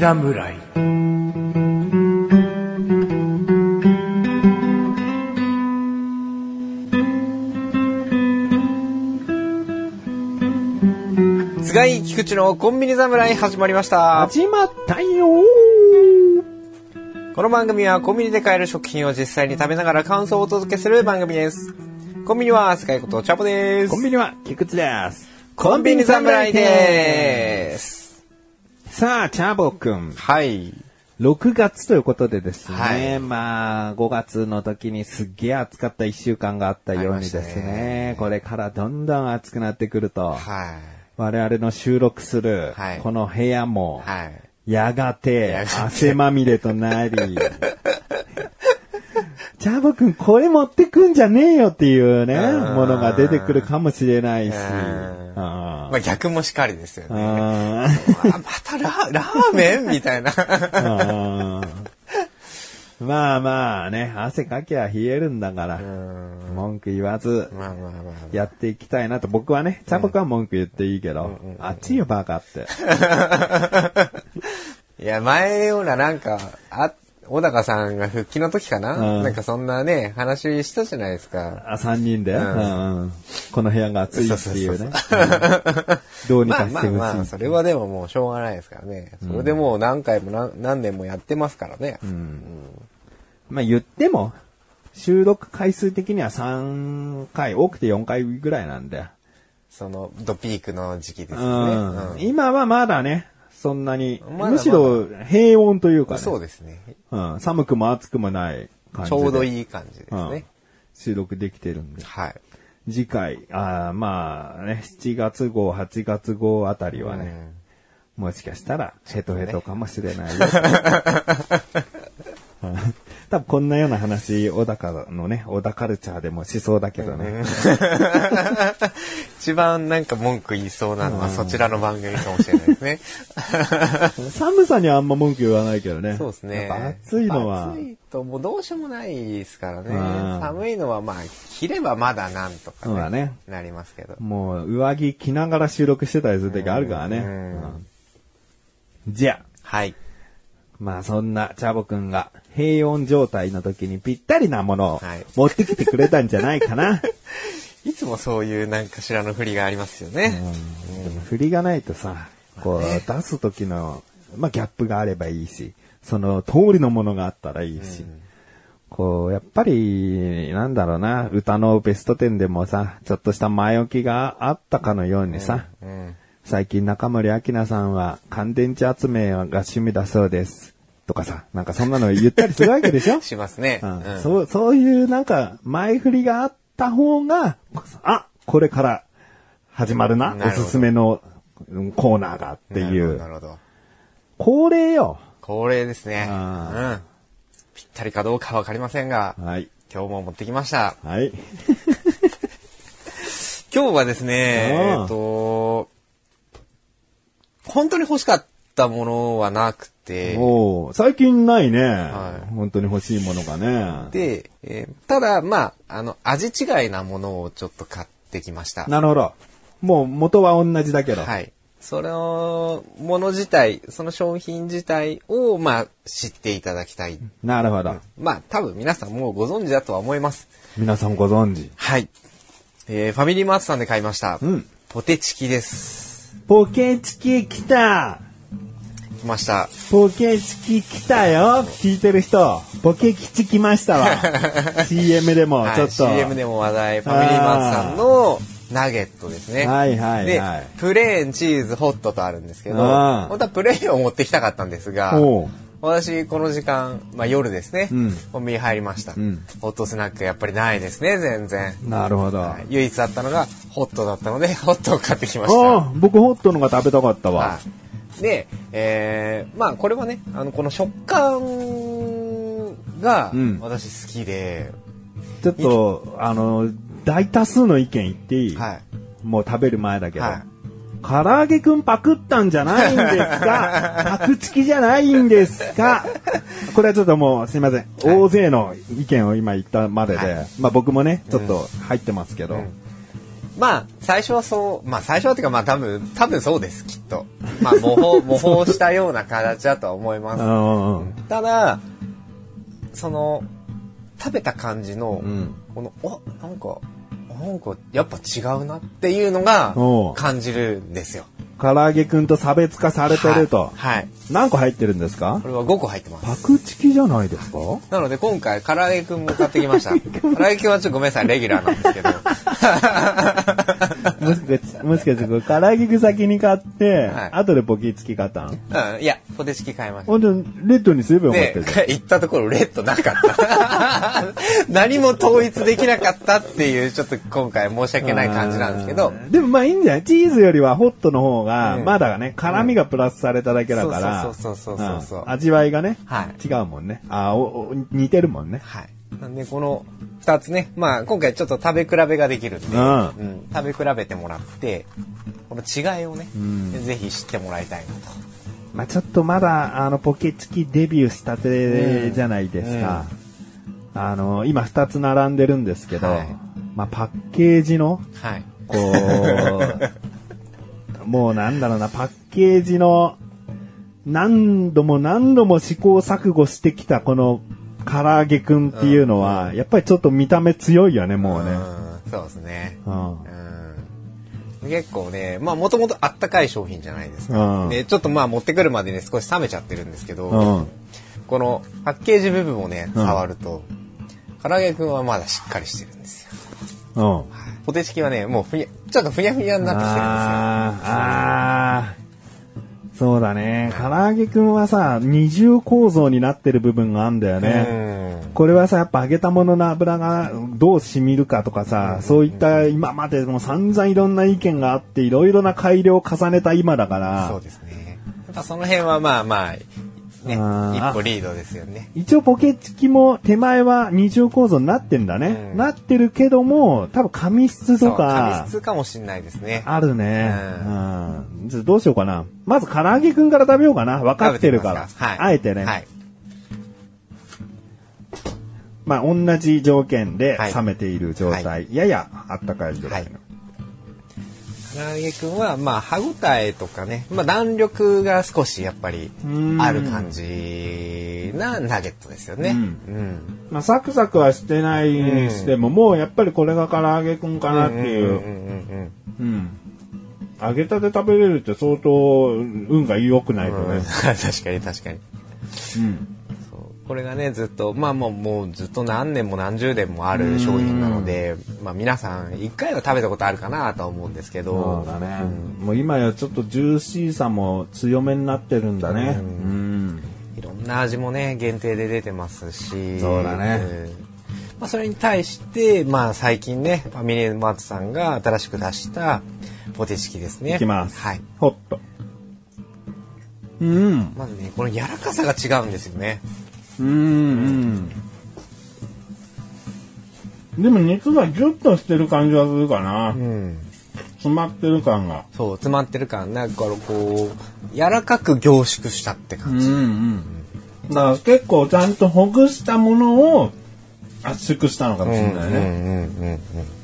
侍。菅井菊池のコンビニ侍始まりました。 始まったよ。 この番組はコンビニで買える食品を実際に食べながら感想をお届けする番組です。コンビニは菅井ことチャボです。 コンビニは菊池です。 コンビニ侍です。 さあ、チャボくん。 はい。 6月ということでですね。 はい、 まあ、5月の時にすっげえ暑かった1週間があったようにですね。これからどんどん暑くなってくると。 はい。 我々の収録する、この部屋も、やがて汗まみれとなり、チャボくんこれ持ってくんじゃねえよっていうね、ものが出てくるかもしれないし、 まあ逆もしかりですよね。またラーメンみたいな。 まあまあね、汗かきゃ冷えるんだから、文句言わず、やっていきたいなと、僕はね、チャボくんは文句言っていいけど、あっちよバカって。 いや、前ようななんか、小高さんが復帰の時かな、なんかそんなね、話したじゃないですか。 3人で、この部屋が暑いっていうね。どうにかしてほしい。 まあ、それはでももうしょうがないですからね。それでもう何回も何年もやってますからね。 まあ言っても、収録回数的には3回、多くて4回ぐらいなんで。 その、ドピークの時期ですね。 今はまだね、そんなに、むしろ平穏というかね。 そうですね。 寒くも暑くもない感じで。 ちょうどいい感じですね。 収録できてるんで。 はい。 次回、まあね、7月号、8月号あたりはね、もしかしたらヘトヘトかもしれないよ。多分こんなような話、小高のね、小高カルチャーでもしそうだけどね。 一番なんか文句言いそうなのはそちらの番組かもしれないですね。 寒さにはあんま文句言わないけどね。 そうですね。 やっぱ暑いのは。 暑いともうどうしようもないですからね。寒いのはまあ、着ればまだなんとかね、なりますけど。 もう上着着ながら収録してたりする時あるからね。じゃあ。 はい。 まあそんなチャボくんが平穏状態の時にぴったりなものを持ってきてくれたんじゃないかな。 いつもそういうなんかしらの振りがありますよね。 でも振りがないとさ、こう出す時の、まあギャップがあればいいし、その通りのものがあったらいいし、こうやっぱりなんだろうな、歌のベスト10でもさ、ちょっとした前置きがあったかのようにさ、最近中森明菜さんは乾電池集めが趣味だそうです。とかさ、なんかそんなの言ったりするわけでしょ。 しますね、 そういうなんか前振りがあった方が、これから始まるな、おすすめのコーナーがっていう。 なるほど。 恒例よ。 恒例ですね。ぴったりかどうかわかりませんが、今日も持ってきました。今日はですね、本当に欲しかったものはなくて。 最近ないね、本当に欲しいものがね。 で、ただ、まあ、味違いなものをちょっと買ってきました。 なるほど。もう元は同じだけど。 そのもの自体、その商品自体を、まあ、知っていただきたい。 なるほど。 まあ、多分皆さんもうご存知だとは思います。 皆さんご存知。 はい。ファミリーマートさんで買いました。ポテチキです。 ポケチキ来た。 来ました。 ポケチキ来たよ。聞いてる人。ポケキチ来ましたわ。CM でもちょっと。 CM でも話題、ファミリーマートさんのナゲットですね。で、プレーン、チーズ、ホットとあるんですけど、本当はプレーンを持ってきたかったんですが、私、この時間、まあ夜ですね、コンビニ入りました。ホットスナックやっぱりないですね、全然。 なるほど。 唯一あったのがホットだったので、ホットを買ってきました。 僕ホットのが食べたかったわ。 で、まあこれはね、この食感が私好きで、 ちょっと、大多数の意見言っていい？もう食べる前だけど。唐揚げくんパクったんじゃないんですか？パクチキじゃないんですか？これはちょっともうすいません。大勢の意見を今言ったまでで、まあ僕もね、ちょっと入ってますけど。 まあ、最初はそう、まあ最初はっていうかまあ多分そうです、きっと。 まあ模倣したような形だとは思います。ただ、その、食べた感じの、この、なんかやっぱ違うなっていうのが感じるんですよ。 唐揚げくんと差別化されてると。 はい。 何個入ってるんですか？ これは5個入ってます。 パクチキじゃないですか？ なので今回唐揚げくんも買ってきました。唐揚げくんはちょっとごめんなさい、レギュラーなんですけど。 もしかして唐揚げくん先に買って、後でポキチキ買ったん？ いや、ポテチキ買いました。 ほんと、レッドにすればよかったじゃん。 行ったところレッドなかった。何も統一できなかったっていう、ちょっと今回申し訳ない感じなんですけど。 でもまあいいんじゃない？チーズよりはホットの方が、まだね、辛みがプラスされただけだから、味わいがね、違うもんね。似てるもんね。 はい。なんでこの2つね、まあ今回ちょっと食べ比べができるんで、食べ比べてもらって、この違いをね、ぜひ知ってもらいたいなと。 まあちょっとまだポケチキデビューしたてじゃないですか。今2つ並んでるんですけど、まあパッケージの、こう、もうなんだろうな、パッケージの何度も試行錯誤してきたこの唐揚げくんっていうのは、やっぱりちょっと見た目強いよね、もうね。 そうですね。結構ね、まあもともとあったかい商品じゃないですか。で、ちょっとまあ持ってくるまでね、少し冷めちゃってるんですけど、このパッケージ部分をね、触ると、唐揚げくんはまだしっかりしてるんですよ。ポテチキはね、もうちょっとふにゃふにゃになってきてるんですよ。 そうだね。唐揚げくんはさ、二重構造になってる部分があるんだよね。これはさ、やっぱ揚げたものの油がどう染みるかとかさ、そういった今までも散々いろんな意見があって、いろいろな改良を重ねた今だから。 そうですね。やっぱその辺はまあまあ、ね、一歩リードですよね。 一応ポケチキも手前は二重構造になってんだね。なってるけども、多分紙質とか。 紙質かもしんないですね。 あるね。どうしようかな。まず唐揚げくんから食べようかな。分かってるから。あえてね。まあ同じ条件で冷めている状態。ややあったかいぐらいの。 唐揚げくんは、まあ、歯ごたえとかね、まあ、弾力が少しやっぱりある感じなナゲットですよね。 まあ、サクサクはしてないにしても、もうやっぱりこれが唐揚げくんかなっていう。揚げたて食べれるって相当運が良くないとね。 確かに。これがね、ずっと、まあもうずっと何年も何十年もある商品なので、まあ皆さん一回は食べたことあるかなとは思うんですけど。 そうだね。もう今やちょっとジューシーさも強めになってるんだね。 いろんな味もね、限定で出てますし。 そうだね。 まあそれに対して、まあ最近ね、ファミリーマートさんが新しく出したポテチキですね。 いきます。 はい。 ホット。 まずね、この柔らかさが違うんですよね。 でも熱がギュッとしてる感じはするかな。詰まってる感が。 そう、詰まってる感。なんかこう、柔らかく凝縮したって感じ。 だから結構ちゃんとほぐしたものを圧縮したのかもしれないね。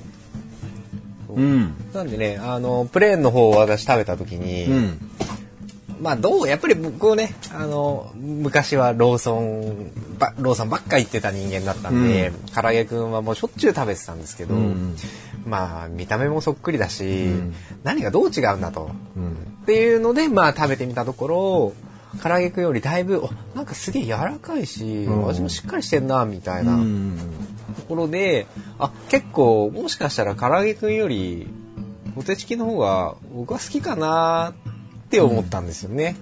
なんでね、プレーンの方を私食べた時に、まあやっぱり僕ね、昔はローソンばっか行ってた人間だったんで、唐揚げくんはもうしょっちゅう食べてたんですけど、まあ見た目もそっくりだし、何がどう違うんだと、っていうのでまあ食べてみたところ、唐揚げくんよりだいぶなんかすげえ柔らかいし、味もしっかりしてんなみたいなところで、結構もしかしたら唐揚げくんよりポテチキの方が僕は好きかなって思ったんですよね。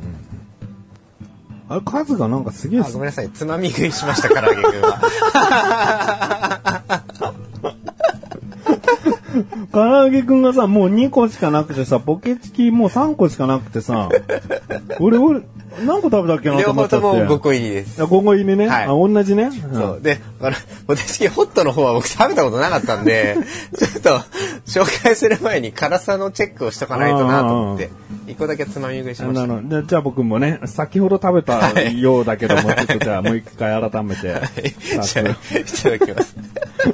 あれ数がなんかすげえ。 ごめんなさい、つまみ食いしました唐揚げくんは。 唐揚げくんがさ、もう2個しかなくてさ、ポケチキもう3個しかなくてさ、俺、何個食べたっけなと思っちゃって。 両方とも5個入りです。 5個入りね。同じね。 そう。で、ポテチキホットの方は僕食べたことなかったんで、ちょっと紹介する前に辛さのチェックをしとかないとなと思って、1個だけつまみ食いしました。 じゃあ僕もね、先ほど食べたようだけども、ちょっとじゃあもう一回改めて。いただきます。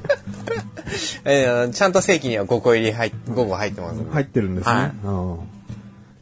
ちゃんと正規には5個入り5個入ってます。 入ってるんですね。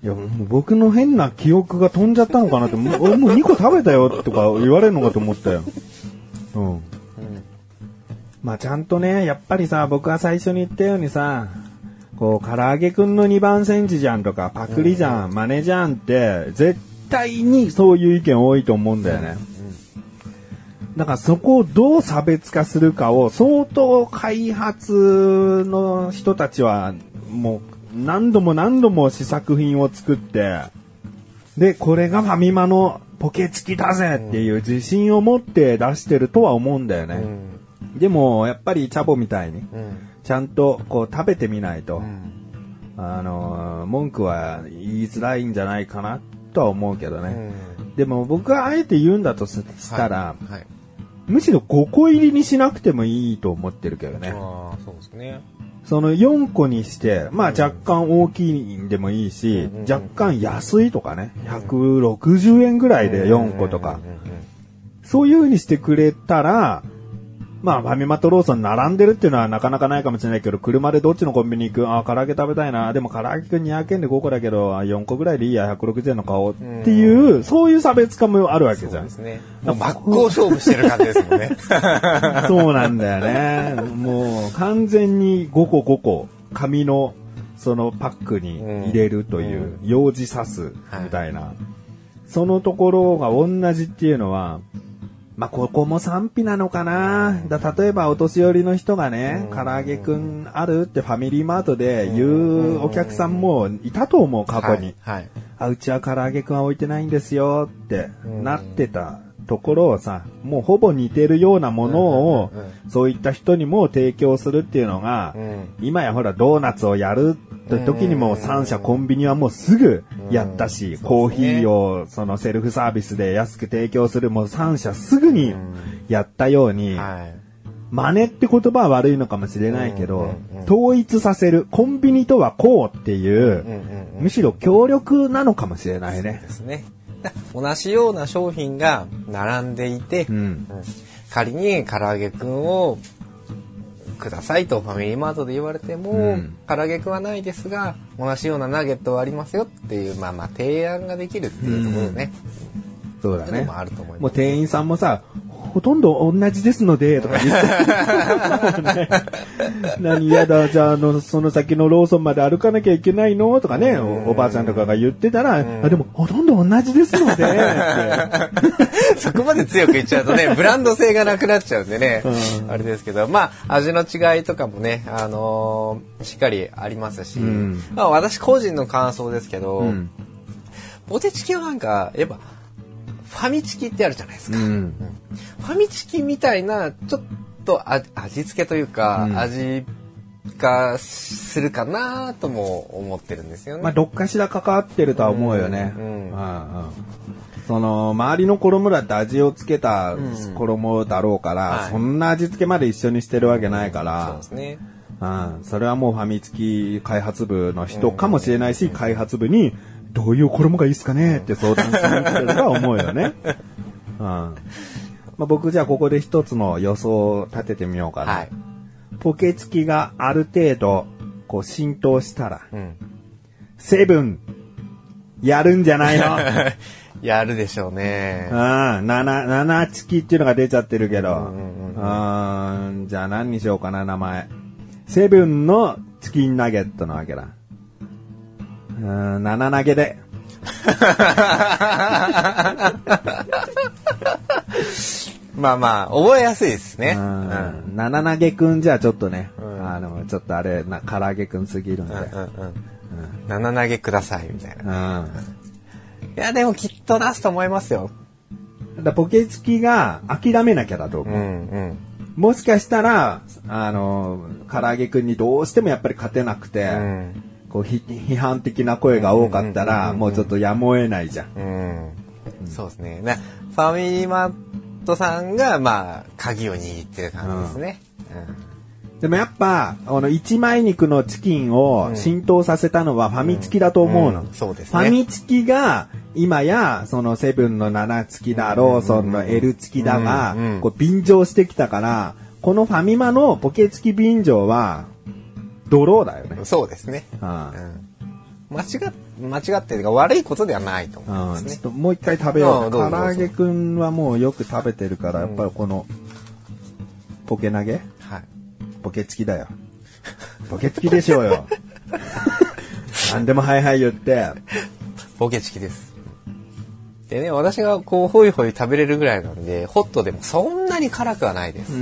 いや、もう僕の変な記憶が飛んじゃったのかなって、俺もう2個食べたよとか言われるのかと思ったよ。うん。まあちゃんとね、やっぱりさ、僕は最初に言ったようにさ、こう、唐揚げくんの2番煎じじゃんとか、パクリじゃん、真似じゃんって、絶対にそういう意見多いと思うんだよね。だからそこをどう差別化するかを相当開発の人たちはもう何度も試作品を作って、で、これがファミマのポケチキだぜっていう自信を持って出してるとは思うんだよね。でも、やっぱりチャボみたいに、ちゃんとこう食べてみないと、文句は言いづらいんじゃないかなとは思うけどね。でも僕があえて言うんだとしたら、むしろ5個入りにしなくてもいいと思ってるけどね。 そうですね。 その4個にして、まあ若干大きいんでもいいし、若干安いとかね、160円ぐらいで4個とか、そういう風にしてくれたら、まあファミマとローソン並んでるっていうのはなかなかないかもしれないけど、車でどっちのコンビニ行く、唐揚げ食べたいな、でも唐揚げくん200円で5個だけど、4個ぐらいでいいや、160円の買おうっていう、そういう差別化もあるわけじゃん。そうですね。もう真っ向勝負してる感じですもんね。 そうなんだよね。もう完全に5個5個、紙のそのパックに入れるという、用紙刺すみたいな、そのところが同じっていうのは、まあ、ここも賛否なのかな。例えばお年寄りの人がね、唐揚げくんあるってファミリーマートで言うお客さんもいたと思う、過去に。うちは唐揚げくんは置いてないんですよってなってたところをさ、もうほぼ似てるようなものを、そういった人にも提供するっていうのが、今やほらドーナツをやるって時にも3社コンビニはもうすぐやったし、コーヒーをそのセルフサービスで安く提供するもう3社すぐにやったように、真似って言葉は悪いのかもしれないけど、統一させる、コンビニとはこうっていう、むしろ協力なのかもしれないね。 そうですね。同じような商品が並んでいて、仮に唐揚げくんをくださいとファミリーマートで言われても、唐揚げくんはないですが同じようなナゲットはありますよっていう、まあ提案ができるっていうところね。 そうだね。 もあると思います。 もう店員さんもさ、ほとんど同じですのでとか言って、何やだ、じゃあその先のローソンまで歩かなきゃいけないのとかね、おばあちゃんとかが言ってたら、でもほとんど同じですのでってそこまで強く言っちゃうとね、ブランド性がなくなっちゃうんでね、あれですけど、まあ味の違いとかもね、しっかりありますし、まあ私個人の感想ですけど、ポテチ系はなんかやっぱファミチキってあるじゃないですか。ファミチキみたいなちょっと味付けというか、味がするかなとも思ってるんですよね。 まあどっかしら関わってるとは思うよね。その周りの衣だって味をつけた衣だろうから、そんな味付けまで一緒にしてるわけないから。 そうですね。 それはもうファミチキ開発部の人かもしれないし、開発部にどういう衣がいいっすかねって相談しに来てるとは思うよね。まあ、僕じゃあここで一つの予想を立ててみようかな。ポケチキがある程度こう浸透したら、セブンやるんじゃないの？ やるでしょうね。 7チキっていうのが出ちゃってるけど、じゃあ何にしようかな、名前。セブンのチキンナゲットなわけだ。7投げで。 まあまあ、覚えやすいですね。 7投げくんじゃちょっとね、ちょっとあれ、唐揚げくんすぎるんで。 7投げください、みたいな。いや、でもきっと出すと思いますよ。 ポケチキが諦めなきゃだと思う。もしかしたら、唐揚げくんにどうしてもやっぱり勝てなくて、こう批判的な声が多かったら、もうちょっとやむを得ないじゃん。 そうですね。ファミリーマートさんが、まあ、鍵を握ってる感じですね。 でもやっぱ、一枚肉のチキンを浸透させたのはファミチキだと思うの。 そうですね。 ファミチキが、今や、そのセブンの7チキだ、ローソンの L チキだが、こう便乗してきたから、このファミマのポケチキ便乗は、ドローだよね。 そうですね。 間違ってるか悪いことではないと思うんですね。 ちょっともう一回食べよう。唐揚げくんはもうよく食べてるから、やっぱりこの、ポケ投げ、 はい。 ポケチキだよ。ポケチキでしょうよ。何でもはいはい言って。 ポケチキです。でね、私がこう、ホイホイ食べれるぐらいなんで、ホットでもそんなに辛くはないです。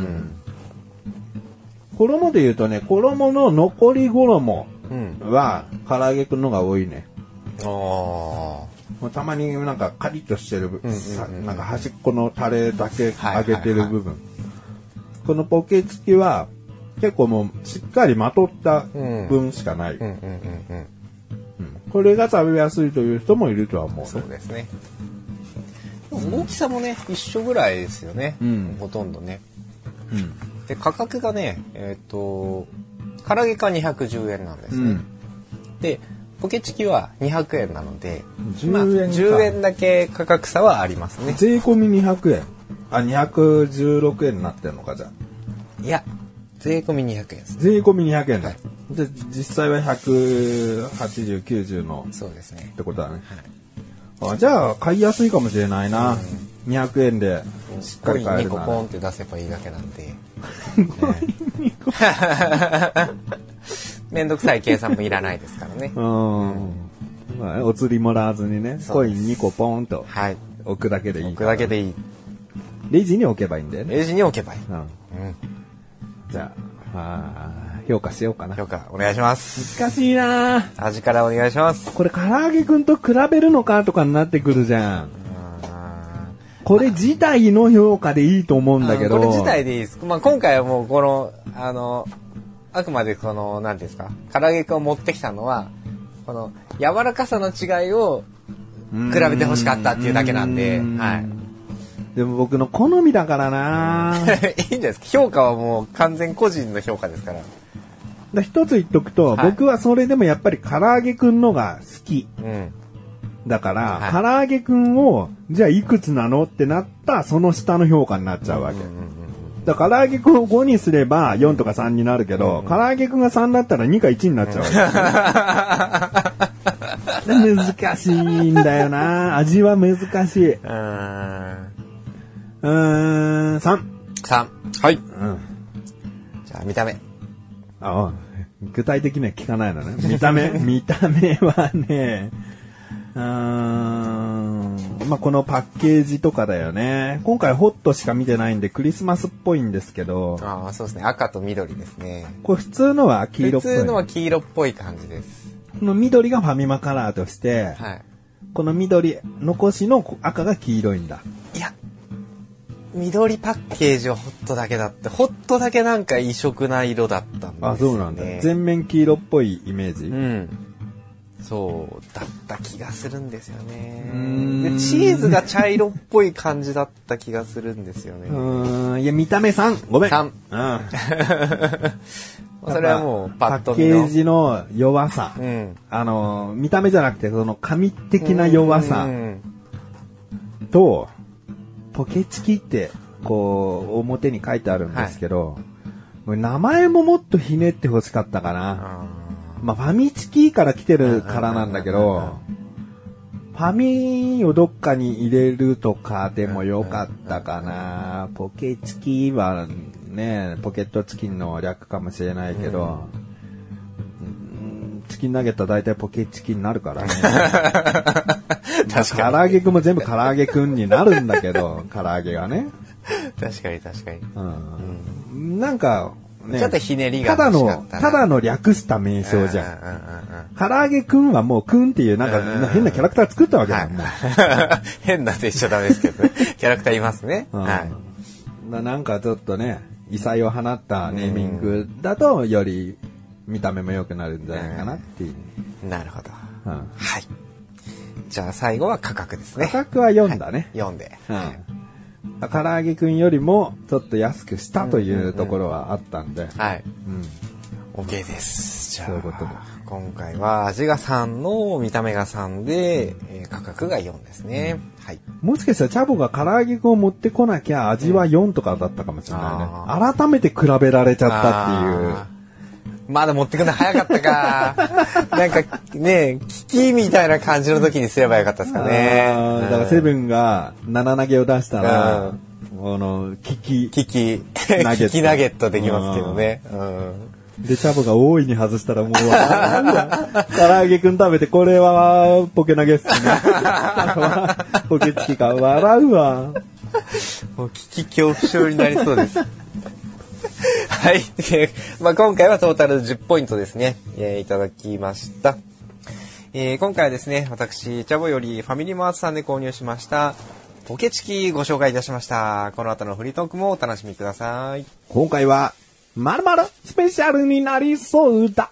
衣で言うとね、衣の残り衣は、唐揚げくんのが多いね。たまになんかカリッとしてる、なんか端っこのタレだけ揚げてる部分。このポケチキは、結構もうしっかりまとった分しかない。これが食べやすいという人もいるとは思う、ね。 そうですね。大きさもね、一緒ぐらいですよね。ほとんどね。で、価格がね、唐揚げか210円なんですね。で、ポケチキは200円なので、10円だけ価格差はありますね。 税込み200円。216円になってんのか、じゃあ。 いや、税込み200円です。 税込み200円だ。はい、で、実際は180、90の。 そうですね。 ってことだね。はい、じゃあ、買いやすいかもしれないな。200円でしっかり買えるな。 2個ポンって出せばいいだけなんで。めんどくさい計算もいらないですからね。 まあ、お釣りもらわずにね、コイン2個ポンと置くだけでいい。 置くだけでいい。 レジに置けばいいんだよね。 レジに置けばいい。 じゃあ、評価しようかな。 評価お願いします。 難しいな。 味からお願いします。 これ唐揚げくんと比べるのかとかになってくるじゃん。これ自体の評価でいいと思うんだけど。 これ自体でいいです。まあ、今回はもうこの、あくまでこの、何ですか、唐揚げくんを持ってきたのは、この柔らかさの違いを比べて欲しかったっていうだけなんで、はい。 でも僕の好みだからな。 いいんじゃないですか。評価はもう完全個人の評価ですから。 一つ言っとくと、僕はそれでもやっぱり唐揚げくんのが好き。だから、唐揚げくんを、じゃあいくつなのってなったその下の評価になっちゃうわけ。だから唐揚げくんを5にすれば4とか3になるけど、唐揚げくんが3だったら2か1になっちゃうわけ。難しいんだよな。味は難しい。3。 はい。じゃあ見た目。 具体的には聞かないのね。見た目はね、まあ、このパッケージとかだよね。今回ホットしか見てないんでクリスマスっぽいんですけど。 そうですね。赤と緑ですね。 これ普通のは黄色っぽい。 普通のは黄色っぽい感じです。 この緑がファミマカラーとして、この緑残しの赤が黄色いんだ。 いや、緑パッケージはホットだけだって、ホットだけなんか異色な色だったんですね。 そうなんだ。全面黄色っぽいイメージ。 そうだった気がするんですよね。でチーズが茶色っぽい感じだった気がするんですよね。 いや、見た目3。ごめん。 3。それはもうパッと見の。 パッケージの弱さ。見た目じゃなくて、その紙的な弱さ。と、ポケチキって、こう、表に書いてあるんですけど、名前ももっとひねってほしかったかな。まあ、ファミチキから来てるからなんだけど、ファミをどっかに入れるとかでもよかったかな。ポケチキはね、ポケットチキンの略かもしれないけど、チキンナゲットは大体ポケチキになるからね。確かに。唐揚げくんも全部唐揚げくんになるんだけど、唐揚げがね。 確かに。 なんか、 ちょっとひねりが欲しかったな。 ただの略した名称じゃん。唐揚げくんはもうくんっていうなんか変なキャラクター作ったわけだもん。 変なって言っちゃダメですけどね。キャラクターいますね。 なんかちょっとね、異彩を放ったネーミングだとより見た目も良くなるんじゃないかなっていう。 なるほど。はい。じゃあ最後は価格ですね。 価格は4だね。 4で。 唐揚げくんよりもちょっと安くしたというところはあったんで。 OK です。じゃあ、 そういうことで今回は味が3の見た目が3で、価格が4ですね。 もしかしたらチャボが唐揚げくんを持ってこなきゃ味は4とかだったかもしれないね。改めて比べられちゃったっていう。 まだ持ってくの早かったか。なんかね、危機みたいな感じの時にすればよかったですかね。 だからセブンが7投げを出したら、キキナゲットできますけどね。 で、チャボが大いに外したらもう、唐揚げくん食べて、これはポケ投げっすね。ポケチキか、笑うわ。 もう危機恐怖症になりそうです。はい。まあ今回はトータル10ポイントですね。いただきました。今回はですね、私、チャボよりファミリーマートさんで購入しました、ポケチキご紹介いたしました。この後のフリートークもお楽しみください。 今回は、〇〇スペシャルになりそうだ。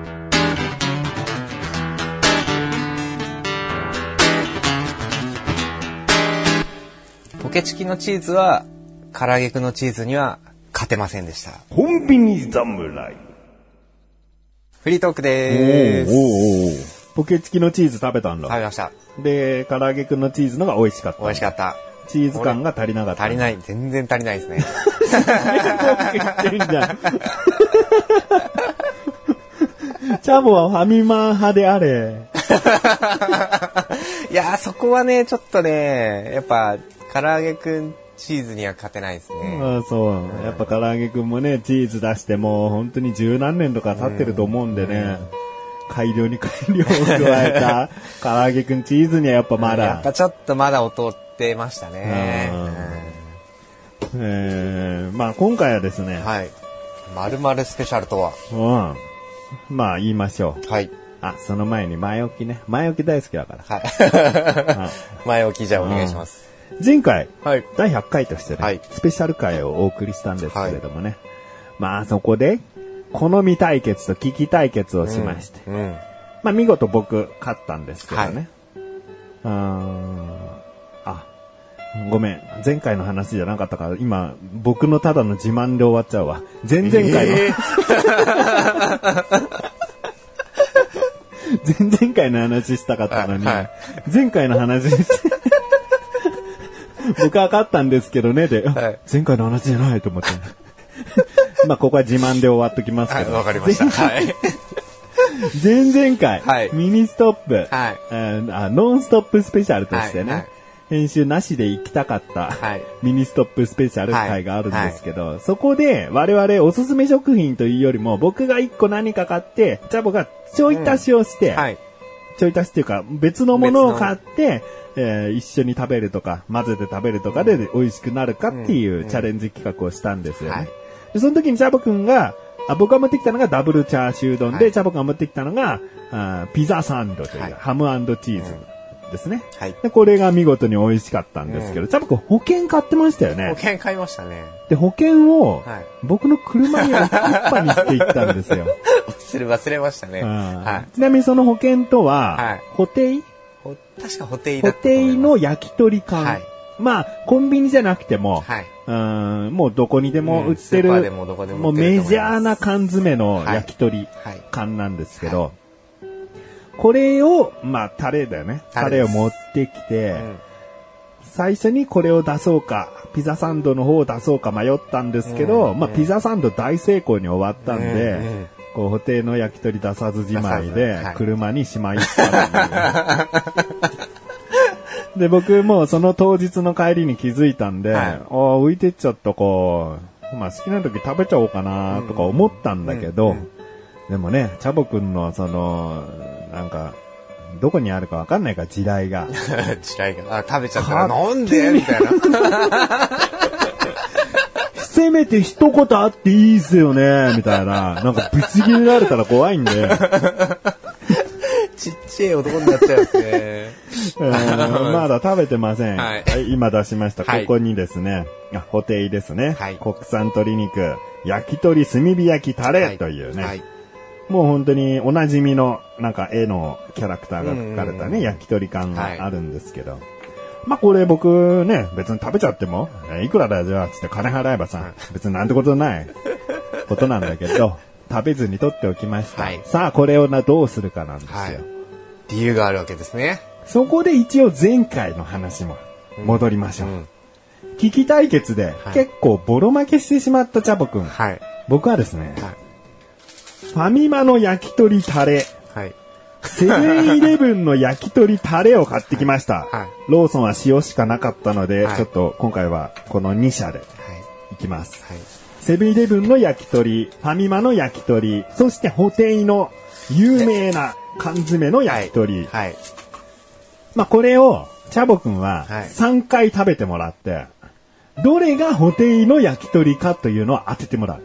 ポケチキのチーズは、唐揚げくんのチーズには勝てませんでした。 コンビニ侍。 フリートークでーす。 ポケチキのチーズ食べたんだ。 食べました。 で、唐揚げくんのチーズのが美味しかった。 美味しかった。 チーズ感が足りなかった。 足りない。全然足りないですね。 チャボはファミマ派であれ。 いやー、そこはね、ちょっとね、やっぱ、唐揚げくんチーズには勝てないですね。 ああ、そう。やっぱ唐揚げくんもね、チーズ出しても本当に十何年とか経ってると思うんでね。改良に改良を加えた唐揚げくんチーズにはやっぱまだ。 やっぱちょっとまだ劣ってましたね。 まあ今回はですね。 はい。〇〇スペシャルとは。 まあ言いましょう。 はい。 その前に前置きね。前置き大好きだから。 はい。前置きじゃあお願いします。 前回、 はい、 第100回としてね、スペシャル回をお送りしたんですけれどもね。まあそこで、好み対決と危機対決をしまして。まあ見事僕勝ったんですけどね。ごめん。前回の話じゃなかったから、今、僕のただの自慢で終わっちゃうわ。前々回の。前々回の話したかったのに、前回の話して、僕は勝ったんですけどね、で、前回の話じゃないと思って。まあ、ここは自慢で終わっときますけど。 わかりました。はい。 前々回、ミニストップ、ノンストップスペシャルとしてね、編集なしで行きたかった、ミニストップスペシャル回があるんですけど、そこで我々おすすめ食品というよりも、僕が一個何か買って、チャボがちょい足しをして、ちょい足しっていうか別のものを買って、一緒に食べるとか、混ぜて食べるとかで美味しくなるかっていうチャレンジ企画をしたんですよね。でその時にチャボくんが、僕が持ってきたのがダブルチャーシュー丼で、チャボが持ってきたのが、ピザサンドという、ハム&チーズですね。で、これが見事に美味しかったんですけど、チャボくん保険買ってましたよね。 保険買いましたね。 で、保険を、僕の車に置きっぱにしていったんですよ。 忘れましたね。 ちなみにその保険とは、ホテイ？ 確かホテイだったと思います。 ホテイの焼き鳥缶。まあ、コンビニじゃなくても、もうどこにでも売ってる、もうメジャーな缶詰の焼き鳥缶なんですけど、これを、まあ、タレだよね。タレを持ってきて、最初にこれを出そうか、ピザサンドの方を出そうか迷ったんですけど、まあ、ピザサンド大成功に終わったんで、こう、ホテイの焼き鳥出さずじまいで、車にしまいったで、僕もその当日の帰りに気づいたんで、浮いてっちゃったこう、まあ好きな時食べちゃおうかなとか思ったんだけど、でもね、チャボくんのその、なんか、どこにあるかわかんないから、地雷が。 地雷が。食べちゃったら、なんでみたいな。 せめて一言あっていいっすよねみたいな。なんか、ぶち切れられたら怖いんで。 ちっちゃい男になっちゃうんですね。 まだ食べてません。今出しました。ここにですね、ホテイですね。国産鶏肉、焼き鳥炭火焼きタレというね。もう本当におなじみのなんか絵のキャラクターが描かれたね、焼き鳥感があるんですけど。まあこれ僕ね、別に食べちゃっても、いくらだよじゃあつって金払えばさ、別になんてことないことなんだけど、食べずに取っておきました。さあこれをどうするかなんですよ。 理由があるわけですね。 そこで一応前回の話も戻りましょう。危機対決で結構ボロ負けしてしまったチャボくん。僕はですね、 ファミマの焼き鳥タレ。 はい。 セブンイレブンの焼き鳥タレを買ってきました。 はい。 ローソンは塩しかなかったので、 はい、 ちょっと今回はこの2社でいきます。 はい。 セブンイレブンの焼き鳥、ファミマの焼き鳥、そしてホテイの有名な缶詰の焼き鳥。 はい。はい、 まあこれを、チャボくんは3回食べてもらって、どれがホテイの焼き鳥かというのを当ててもらう。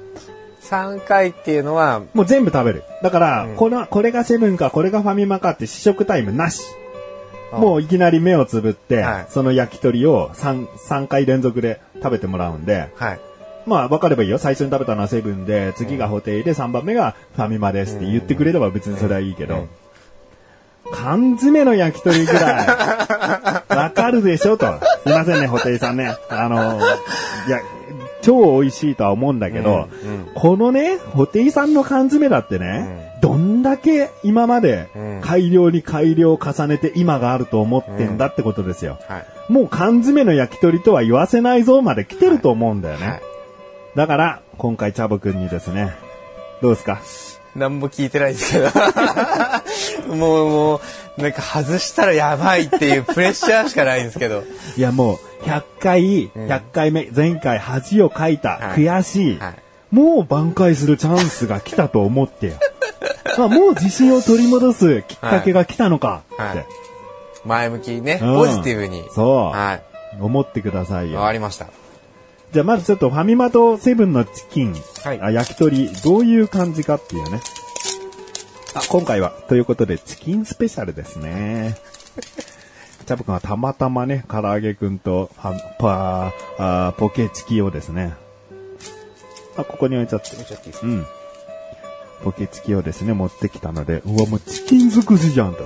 3回っていうのはもう全部食べる。だから、これがセブンか、これがファミマかって試食タイムなし。もういきなり目をつぶって、はい、その焼き鳥を3回連続で食べてもらうんで、はい、まあ分かればいいよ。最初に食べたのはセブンで、次がホテイで、3番目がファミマですって言ってくれれば別にそれはいいけど、缶詰の焼き鳥ぐらい、わかるでしょと。すいませんね、ホテイさんね。いや、超美味しいとは思うんだけど、このね、ホテイさんの缶詰だってね、どんだけ今まで改良に改良を重ねて今があると思ってんだってことですよ。はい、もう缶詰の焼き鳥とは言わせないぞまで来てると思うんだよね。はいはい、だから、今回チャボくんにですね、どうですか？ 何も聞いてないですけどもうなんか外したらやばいっていうプレッシャーしかないんですけど。 いやもう100回目、前回恥をかいた、はい、悔しい、はい、もう挽回するチャンスが来たと思ってよ。まあ、もう自信を取り戻すきっかけが来たのかって、はいはい、 前向きにね、ポジティブに、 そう、はい、思ってくださいよ。 わかりました。 じゃあまずちょっとファミマとセブンのチキン、はい、焼き鳥どういう感じかっていうね。今回はということでチキンスペシャルですね。チャボくんはたまたまね、唐揚げくんとポケチキをですね。ここに置いちゃって。うん。ポケチキをですね、持ってきたので、うわ、もうチキン尽くしじゃんと。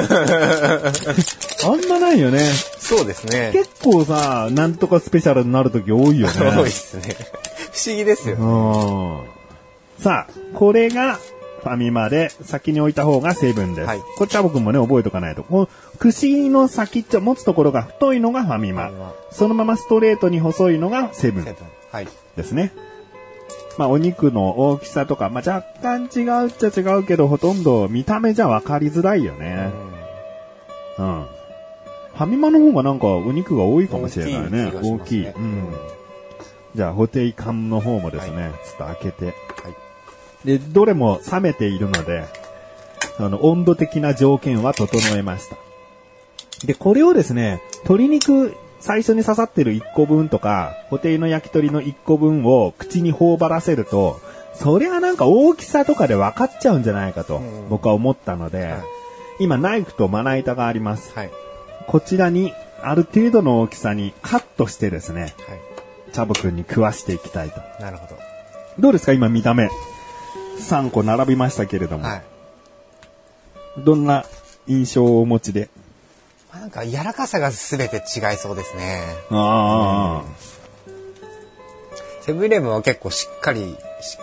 あんまないよね。 そうですね。 結構さ、なんとかスペシャルになるとき多いよね。 多いですね。不思議ですよね。 さあ、これがファミマで先に置いた方がセブンです。はい、これチャボくんもね、覚えとかないと。この串の先っちょ、持つところが太いのがファミマ。そのままストレートに細いのがセブン。はい。ですね。まあお肉の大きさとか、まあ若干違うっちゃ違うけど、ほとんど見た目じゃ分かりづらいよね。うん。ファミマの方がなんかお肉が多いかもしれないね。大きい。うん。じゃあホテイ缶の方もですね、はい、ちょっと開けて。はい。で、どれも冷めているので、温度的な条件は整えました。で、これをですね、鶏肉、最初に刺さってる1個分とか、ホテイの焼き鳥の1個分を口に頬張らせると、それはなんか大きさとかで分かっちゃうんじゃないかと、僕は思ったので、はい、今ナイフとまな板があります。はい、こちらに、ある程度の大きさにカットしてですね、はい、チャボくんに食わしていきたいと。 なるほど。 どうですか今見た目。3個並びましたけれども。はい、どんな印象をお持ちで？ なんか柔らかさが全て違いそうですね。セブンイレブンは結構しっかり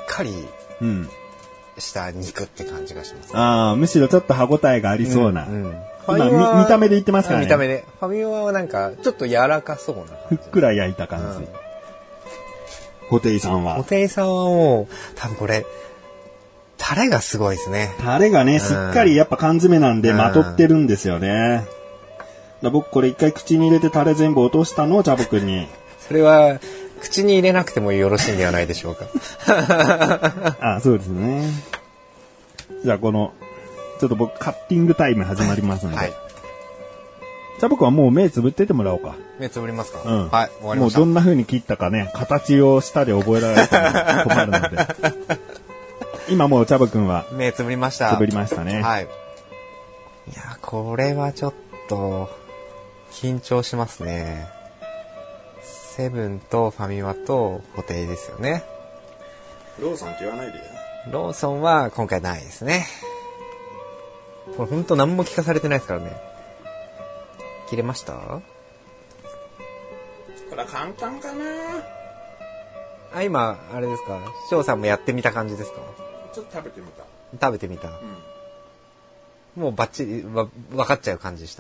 した肉って感じがします、 ね。むしろちょっと歯ごたえがありそうな。今見た目で言ってますからね。 見た目で。ファミマはなんかちょっと柔らかそうな感じ。ふっくら焼いた感じ。ホテイさんはもう多分これタレがすごいですね。 タレがね、しっかりやっぱ缶詰なんでまとってるんですよね。僕これ一回口に入れてタレ全部落としたのをチャボくんに。 それは口に入れなくてもよろしいんではないでしょうか。そうですね。じゃあちょっと僕カッティングタイム始まりますので。はい。チャボくんはもう目つぶっててもらおうか。 目つぶりますか？ うん。 はい、終わりました。 もうどんな風に切ったかね、形を舌で覚えられたら困るので。今もうチャボくんは目つぶりました。 つぶりましたね。 はい。いや、これはちょっと緊張しますね。セブンとファミマとホテイですよね。 ローソンって言わないでよ。 ローソンは今回ないですね。これほんと何も聞かされてないですからね。切れました？これは簡単かな。 今あれですか？翔さんもやってみた感じですか？ ちょっと食べてみた。 食べてみた。もうバッチリ分かっちゃう感じでした？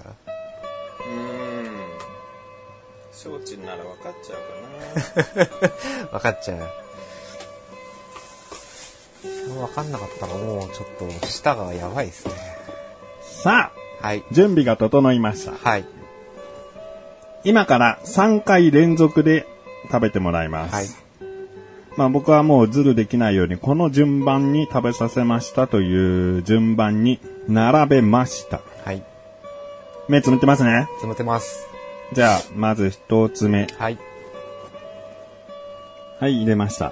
承知なら分かっちゃうかな。 分かっちゃう。 分かんなかったらもうちょっと舌がやばいですね。 さあ、はい、準備が整いました。 はい。 今から3回連続で食べてもらいます。はい。まあ僕はもうズルできないようにこの順番に食べさせましたという順番に並べました。 はい。 目つむってますね。 つむってます。 じゃあまず一つ目。 はい。 はい、入れました。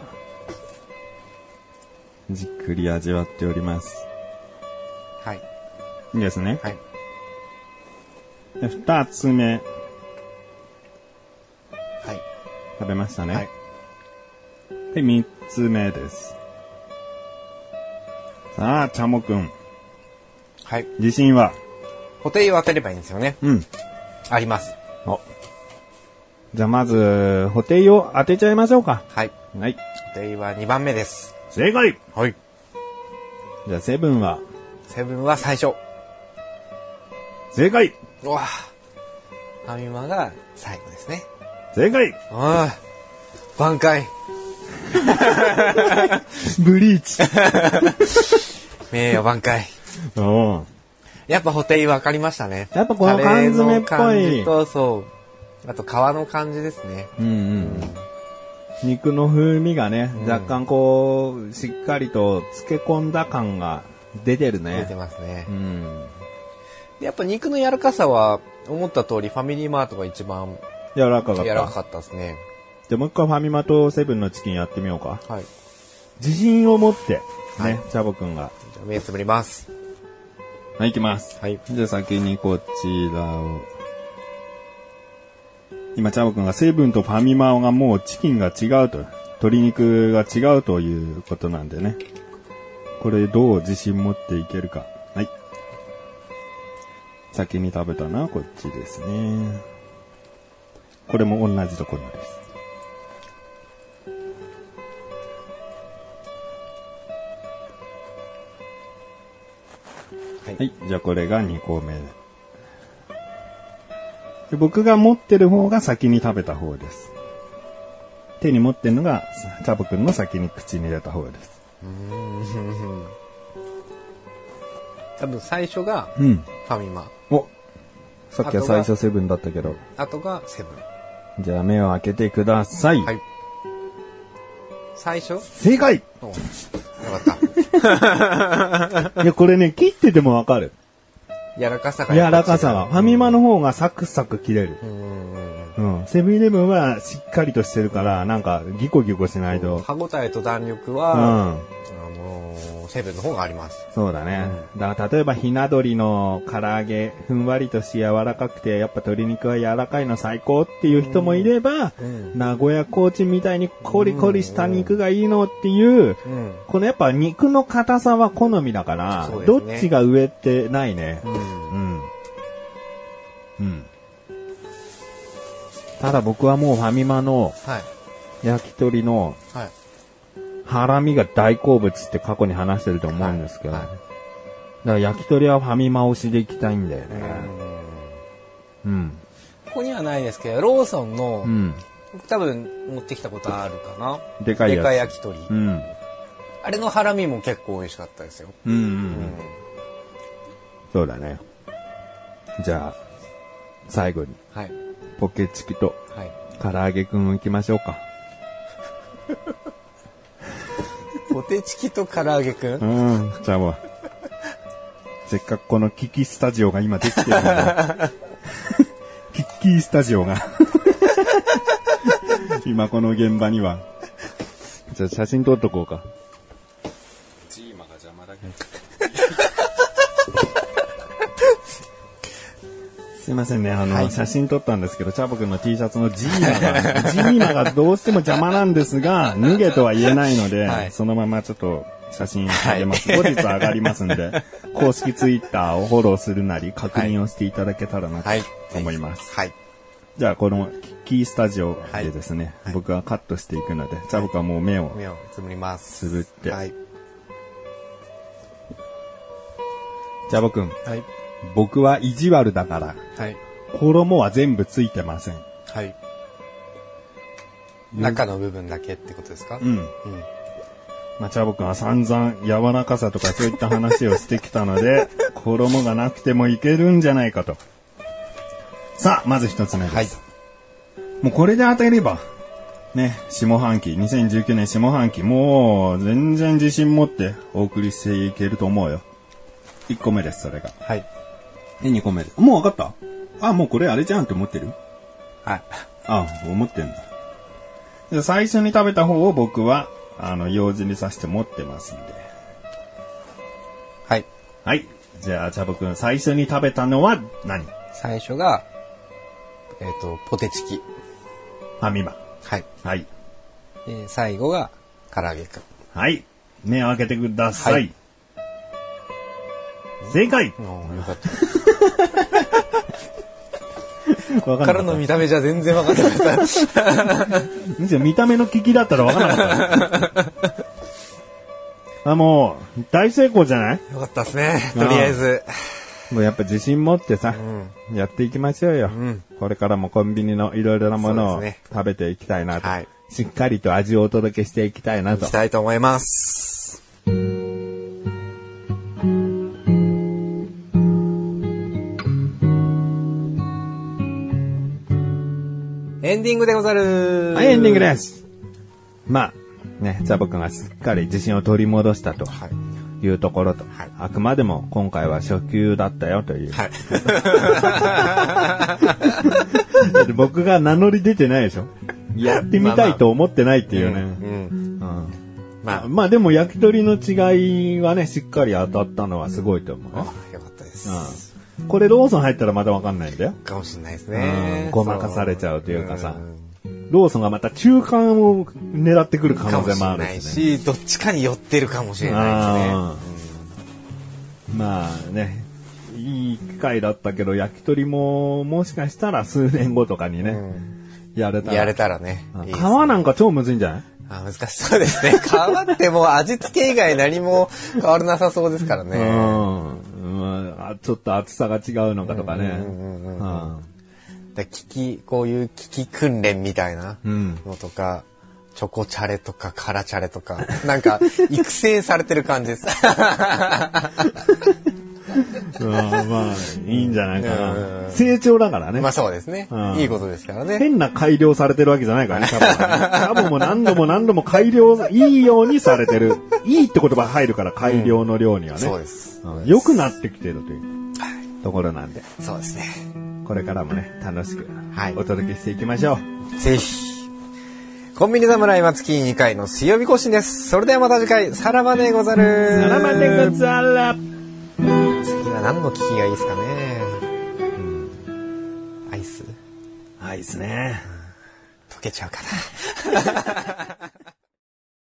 じっくり味わっております。 はい。 いいですね。 はい。 で二つ目。はい。食べましたね。 はい。 で、三つ目です。さあ、チャモくん。 はい。 自信は？ ホテイを当てればいいんですよね。 うん。 あります。 お。じゃあまず、ホテイを当てちゃいましょうか。 はい。 はい。 ホテイは2番目です。 正解。 はい。 じゃあセブンは？ セブンは最初。 正解。 うわ。ファミマが最後ですね。 正解。 ああ。挽回。 ブリーチ。 名誉挽回。 おー。 やっぱホテイ分かりましたね。 やっぱこの缶詰っぽい。 感じと、そう。あと皮の感じですね。 うんうん。肉の風味がね、若干こう、しっかりと漬け込んだ感が出てるね。 出てますね。 うん。 やっぱ肉の柔らかさは、思った通りファミリーマートが一番柔らかかった。 柔らかかったですね。 じゃあもう一回ファミマとセブンのチキンやってみようか。 はい。 自信を持って、ね、 はい、 チャボくんが。 じゃあ目つぶります。 はい、行きます。 はい。 じゃあ先にこちらを。今、チャボくんがセブンとファミマがもうチキンが違うと、鶏肉が違うということなんでね。これどう自信持っていけるか。はい。先に食べたのはこっちですね。これも同じところです。はい。じゃあこれが2個目。で僕が持ってる方が先に食べた方です。手に持ってるのがチャボくんの先に口に入れた方です。 多分最初がファミマ。 お、さっきは最初セブンだったけど。 後がセブン。じゃあ目を開けてください。 はい。最初？ 正解。よかった。 いやこれね切っててもわかる。 柔らかさが。 柔らかさが。ファミマの方がサクサク切れる。うん。セブンイレブンはしっかりとしてるから、なんかギコギコしないと。 歯ごたえと弾力は、セブンの方があります。 そうだね。だから例えばひな鳥の唐揚げ、ふんわりとして柔らかくて、やっぱ鶏肉は柔らかいの最高っていう人もいれば、名古屋コーチンみたいにコリコリした肉がいいのっていう、このやっぱ肉の硬さは好みだから、ね、どっちが上ってないね。ただ僕はもうファミマの焼き鳥のハラミが大好物って過去に話してると思うんですけど、だから焼き鳥はファミマ推しで行きたいんだよね。 ここにはないですけど、ローソンの、僕多分持ってきたことあるかな。 でかい焼き鳥。あれのハラミも結構美味しかったですよ。 そうだね。じゃあ最後に、ポケチキと唐揚げくん行きましょうか。 ポテチキと唐揚げくん？ じゃあもうせっかくこのキキスタジオが今できてるんでキッキースタジオが今この現場には。じゃあ写真撮っとこうか。ジーマが邪魔だけどすいませんね、写真撮ったんですけど、チャボくんの T シャツのジーマがどうしても邪魔なんですが、脱げとは言えないので、そのままちょっと写真あげます。後日上がりますんで、公式ツイッターをフォローするなり確認をしていただけたらなと思います。じゃあこのキースタジオでですね、僕はカットしていくので、チャボくんはもう目をつぶります。 つぶって。チャボくん。僕は意地悪だから、衣は全部ついてません。 チャボくんは散々柔らかさとかそういった話をしてきたので、衣がなくてもいけるんじゃないかと。さあ、まず一つ目です。はい。もうこれで当てれば、ね、下半期、2019年下半期、もう全然自信持ってお送りしていけると思うよ。1個目です、それが。 はい。 で、2個目です。もう分かった？もうこれあれじゃんって思ってる？ はい。 思ってんだ。で、最初に食べた方を僕は、用心にさせて持ってますんで。 はい。 はい。じゃあ、チャボくん、最初に食べたのは何？ 最初が、ポテチキ。 ファミマ。 はい。 はい。 最後が、唐揚げくん。 はい。目を開けてください。はい、正解。 よかった。こっからの見た目じゃ全然分かんなかった。 見た目の利きだったら分からなかった。もう、大成功じゃない？ よかったですね。とりあえず。 もうやっぱ自信持ってさ、やっていきましょうよ。これからもコンビニのいろいろなものを食べていきたいなと。はい、しっかりと味をお届けしていきたいなと。 いきたいと思います。エンディングでござる。 はい、エンディングです。まあ、ね、チャボくんがすっかり自信を取り戻したというところと、はい、あくまでも今回は初級だったよという。はい、僕が名乗り出てないでしょ。やってみたいと思ってないっていうね。まあでも焼き鳥の違いはね、しっかり当たったのはすごいと思う。 よかったです。 これローソン入ったらまだわかんないんだよ。 かもしれないですね。 ごまかされちゃうというかさ。ローソンがまた中間を狙ってくる可能性もあるし、どっちかに寄ってるかもしれないですね。 まあね、いい機会だったけど、焼き鳥ももしかしたら数年後とかにね、やれたらね。 皮なんか超むずいんじゃない？ 難しそうですね。皮ってもう味付け以外何も変わらなさそうですからね。 ちょっと厚さが違うのかとかね。 こういう危機訓練みたいなのとか、チョコチャレとかカラチャレとか、なんか育成されてる感じです。 まあ、いいんじゃないかな。成長だからね。 まあそうですね。いいことですからね。 変な改良されてるわけじゃないからね、多分も何度も改良、いいようにされてる。いいって言葉入るから改良の量にはね。 そうです。 良くなってきてるというところなんで。 そうですね。 これからもね、楽しくお届けしていきましょう。ぜひ。コンビニ侍は月2回の水曜日更新です。それではまた次回、さらばでござる。 さらばでござる。 次は何の機器がいいですかね。アイスね。 溶けちゃうかな。